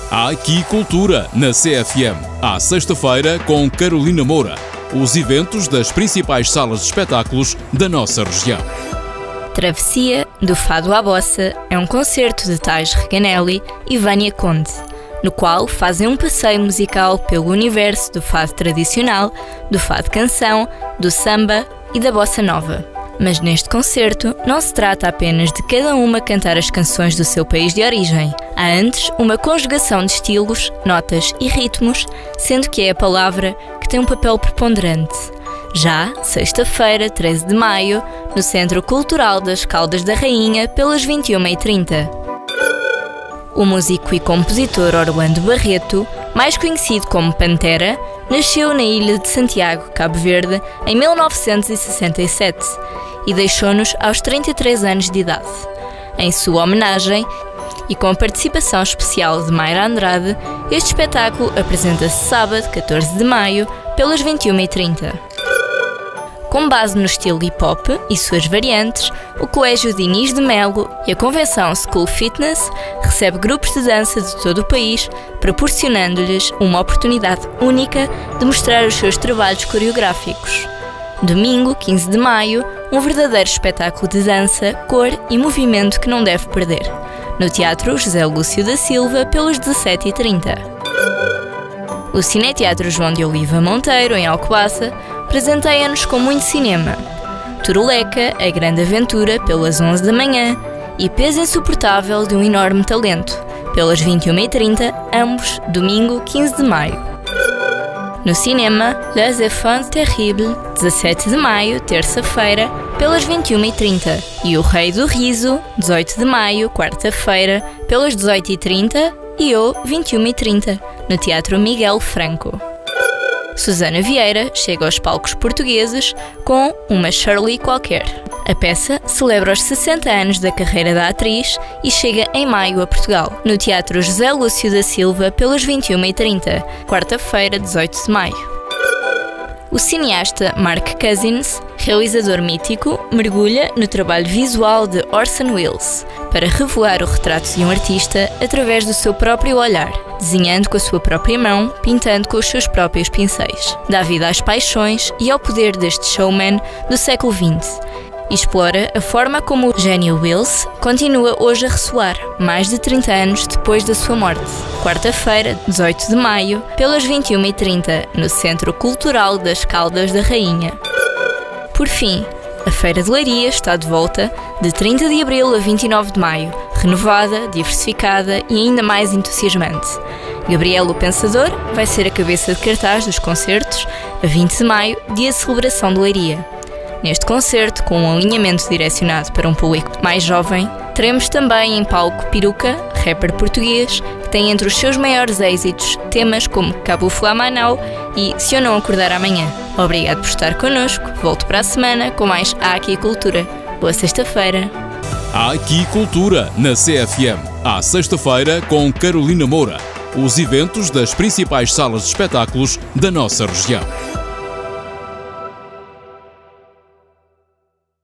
Há aqui cultura na CFM. À sexta-feira com Carolina Moura. Os eventos das principais salas de espetáculos da nossa região. Travessia, do Fado à Bossa, é um concerto de Tais Reganelli e Vânia Conde, no qual fazem um passeio musical pelo universo do fado tradicional, do fado canção, do samba e da bossa nova. Mas neste concerto não se trata apenas de cada uma cantar as canções do seu país de origem. Há antes uma conjugação de estilos, notas e ritmos, sendo que é a palavra que tem um papel preponderante. Já, sexta-feira, 13 de maio, no Centro Cultural das Caldas da Rainha, pelas 21h30. O músico e compositor Orlando Barreto, mais conhecido como Pantera, nasceu na ilha de Santiago, Cabo Verde, em 1967 e deixou-nos aos 33 anos de idade. Em sua homenagem, e com a participação especial de Mayra Andrade, este espetáculo apresenta-se sábado, 14 de maio, pelas 21h30. Com base no estilo hip-hop e suas variantes, o Colégio Diniz de Melo e a Convenção School Fitness recebe grupos de dança de todo o país, proporcionando-lhes uma oportunidade única de mostrar os seus trabalhos coreográficos. Domingo, 15 de maio, um verdadeiro espetáculo de dança, cor e movimento que não deve perder, no Teatro José Lúcio da Silva, pelos 17h30. O Cineteatro João de Oliva Monteiro, em Alcobaça, presenteia-nos com muito cinema. Turuleca, A Grande Aventura, pelas 11 da manhã, e Peso Insuportável de um Enorme Talento, pelas 21h30, ambos domingo, 15 de maio. No cinema, Les Enfants Terribles, 17 de maio, terça-feira, pelas 21h30, e O Rei do Riso, 18 de maio, quarta-feira, pelas 18h30, e O 21h30, no Teatro Miguel Franco. Susana Vieira chega aos palcos portugueses com Uma Shirley Qualquer. A peça celebra os 60 anos da carreira da atriz e chega em maio a Portugal, no Teatro José Lúcio da Silva, pelas 21h30, quarta-feira, 18 de maio. O cineasta Mark Cousins, realizador mítico, mergulha no trabalho visual de Orson Welles para revelar o retrato de um artista através do seu próprio olhar, desenhando com a sua própria mão, pintando com os seus próprios pincéis. Dá vida às paixões e ao poder deste showman do século XX e explora a forma como o gênio Welles continua hoje a ressoar, mais de 30 anos depois da sua morte. Quarta-feira, 18 de maio, pelas 21h30, no Centro Cultural das Caldas da Rainha. Por fim, a Feira de Leiria está de volta de 30 de abril a 29 de maio, renovada, diversificada e ainda mais entusiasmante. Gabriel o Pensador vai ser a cabeça de cartaz dos concertos a 20 de maio, dia de celebração de Leiria. Neste concerto, com um alinhamento direcionado para um público mais jovem, teremos também em palco Peruca, rapper português, que tem entre os seus maiores êxitos temas como Cabo Flamanau e Se Eu Não Acordar Amanhã. Obrigado por estar connosco, volto para a semana com mais Há Aqui Cultura. Boa sexta-feira! Há aqui cultura na CFM. À sexta-feira com Carolina Moura. Os eventos das principais salas de espetáculos da nossa região.